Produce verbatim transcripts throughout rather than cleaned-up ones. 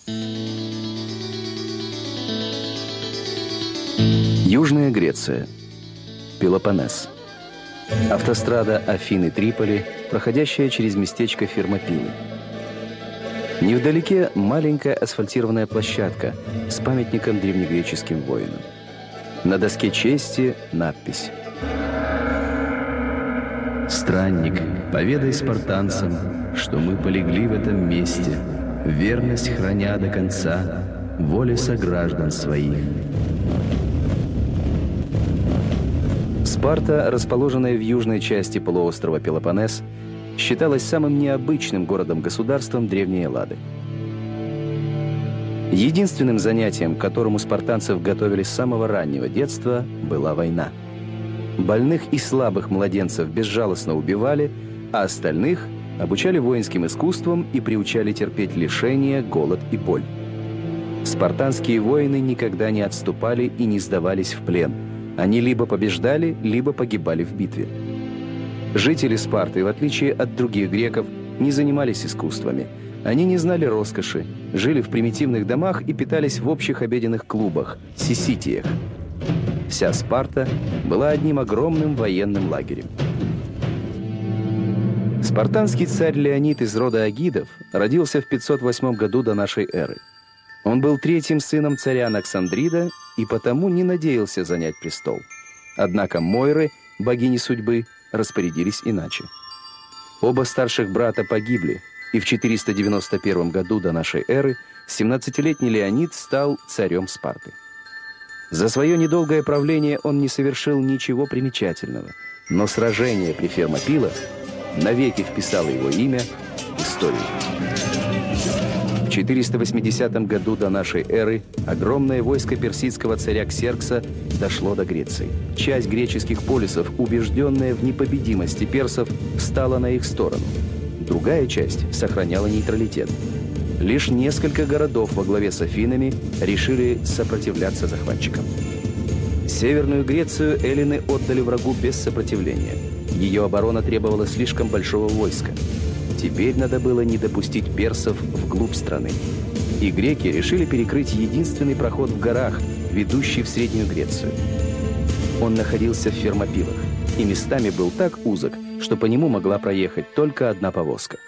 Южная Греция. Пелопоннес. Автострада Афины-Триполи, проходящая через местечко Фермопилы. Невдалеке маленькая асфальтированная площадка с памятником древнегреческим воинам. На доске чести надпись: «Странник, поведай спартанцам, что мы полегли в этом месте, верность храня до конца воле сограждан своих». Спарта, расположенная в южной части полуострова Пелопоннес, считалась самым необычным городом-государством древней Эллады. Единственным занятием, к которому спартанцев готовили с самого раннего детства, была война. Больных и слабых младенцев безжалостно убивали, а остальных обучали воинским искусствам и приучали терпеть лишения, голод и боль. Спартанские воины никогда не отступали и не сдавались в плен. Они либо побеждали, либо погибали в битве. Жители Спарты, в отличие от других греков, не занимались искусствами. Они не знали роскоши, жили в примитивных домах и питались в общих обеденных клубах – сиситиях. Вся Спарта была одним огромным военным лагерем. Спартанский царь Леонид из рода Агидов родился в пятьсот восьмом году до нашей эры. Он был третьим сыном царя Анаксандрида и потому не надеялся занять престол. Однако Мойры, богини судьбы, распорядились иначе. Оба старших брата погибли, и в четыреста девяносто первом году до нашей эры семнадцатилетний Леонид стал царем Спарты. За свое недолгое правление он не совершил ничего примечательного, но сражение при Фермопилах навеки вписало его имя в историю. В четыреста восьмидесятом году до нашей эры огромное войско персидского царя Ксеркса дошло до Греции. Часть греческих полисов, убежденная в непобедимости персов, встала на их сторону. Другая часть сохраняла нейтралитет. Лишь несколько городов во главе с Афинами решили сопротивляться захватчикам. Северную Грецию эллины отдали врагу без сопротивления. Ее оборона требовала слишком большого войска. Теперь надо было не допустить персов вглубь страны. И греки решили перекрыть единственный проход в горах, ведущий в Среднюю Грецию. Он находился в Фермопилах, и местами был так узок, что по нему могла проехать только одна повозка.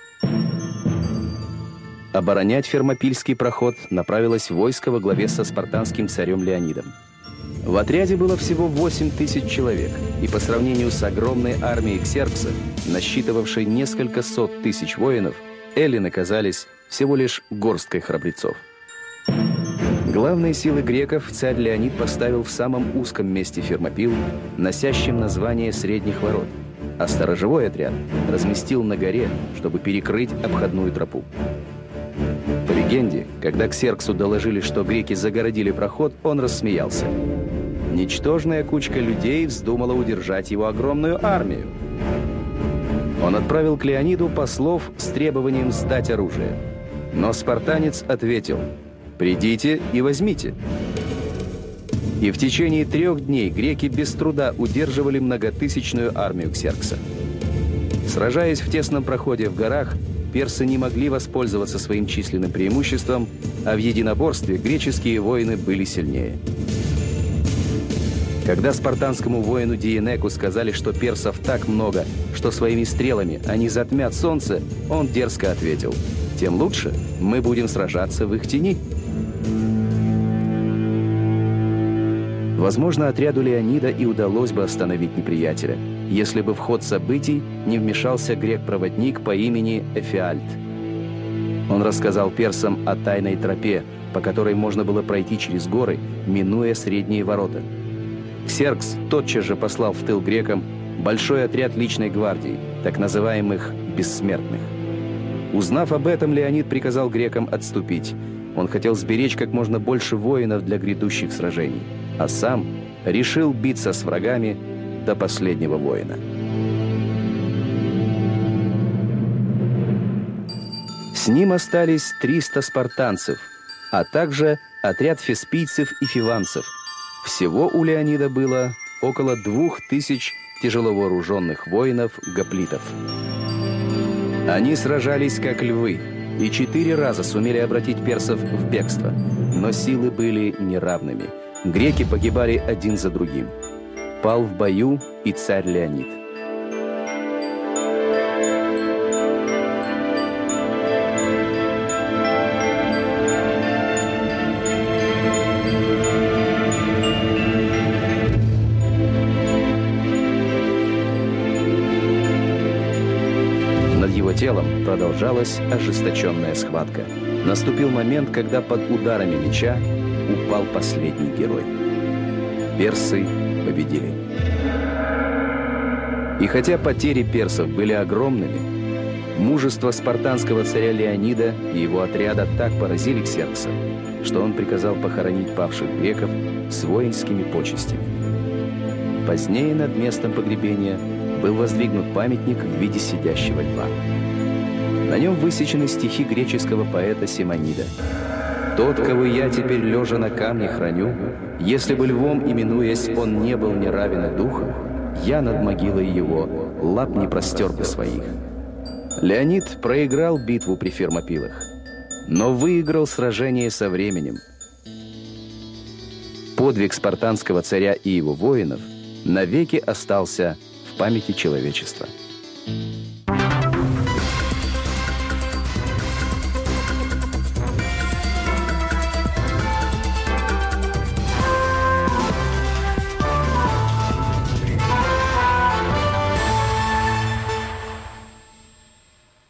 Оборонять Фермопильский проход направилось войско во главе со спартанским царем Леонидом. В отряде было всего восемь тысяч человек, и по сравнению с огромной армией Ксеркса, насчитывавшей несколько сот тысяч воинов, эллины казались всего лишь горсткой храбрецов. Главные силы греков царь Леонид поставил в самом узком месте Фермопил, носящем название Средних ворот, а сторожевой отряд разместил на горе, чтобы перекрыть обходную тропу. По легенде, когда Ксерксу доложили, что греки загородили проход, он рассмеялся. Ничтожная кучка людей вздумала удержать его огромную армию. Он отправил к Леониду послов с требованием сдать оружие. Но спартанец ответил: «Придите и возьмите». И в течение трех дней греки без труда удерживали многотысячную армию Ксеркса. Сражаясь в тесном проходе в горах, персы не могли воспользоваться своим численным преимуществом, а в единоборстве греческие воины были сильнее. Когда спартанскому воину Диенеку сказали, что персов так много, что своими стрелами они затмят солнце, он дерзко ответил: «Тем лучше, мы будем сражаться в их тени». Возможно, отряду Леонида и удалось бы остановить неприятеля, если бы в ход событий не вмешался грек-проводник по имени Эфиальт. Он рассказал персам о тайной тропе, по которой можно было пройти через горы, минуя Средние ворота. Ксеркс тотчас же послал в тыл грекам большой отряд личной гвардии, так называемых «бессмертных». Узнав об этом, Леонид приказал грекам отступить. Он хотел сберечь как можно больше воинов для грядущих сражений, а сам решил биться с врагами до последнего воина. С ним остались триста спартанцев, а также отряд феспийцев и фиванцев. Всего у Леонида было около двух тысяч тяжеловооруженных воинов-гоплитов. Они сражались как львы, и четыре раза сумели обратить персов в бегство, но силы были неравными. Греки погибали один за другим. Пал в бою и царь Леонид. Над его телом продолжалась ожесточенная схватка. Наступил момент, когда под ударами меча упал последний герой. Персы победили. И хотя потери персов были огромными, мужество спартанского царя Леонида и его отряда так поразили Ксеркса, что он приказал похоронить павших греков с воинскими почестями. Позднее над местом погребения был воздвигнут памятник в виде сидящего льва. На нем высечены стихи греческого поэта Симонида. «Тот, кого я теперь лежа на камне храню, если бы львом именуясь, он не был мне равен и духом, я над могилой его лап не простер бы своих». Леонид проиграл битву при Фермопилах, но выиграл сражение со временем. Подвиг спартанского царя и его воинов навеки остался в памяти человечества.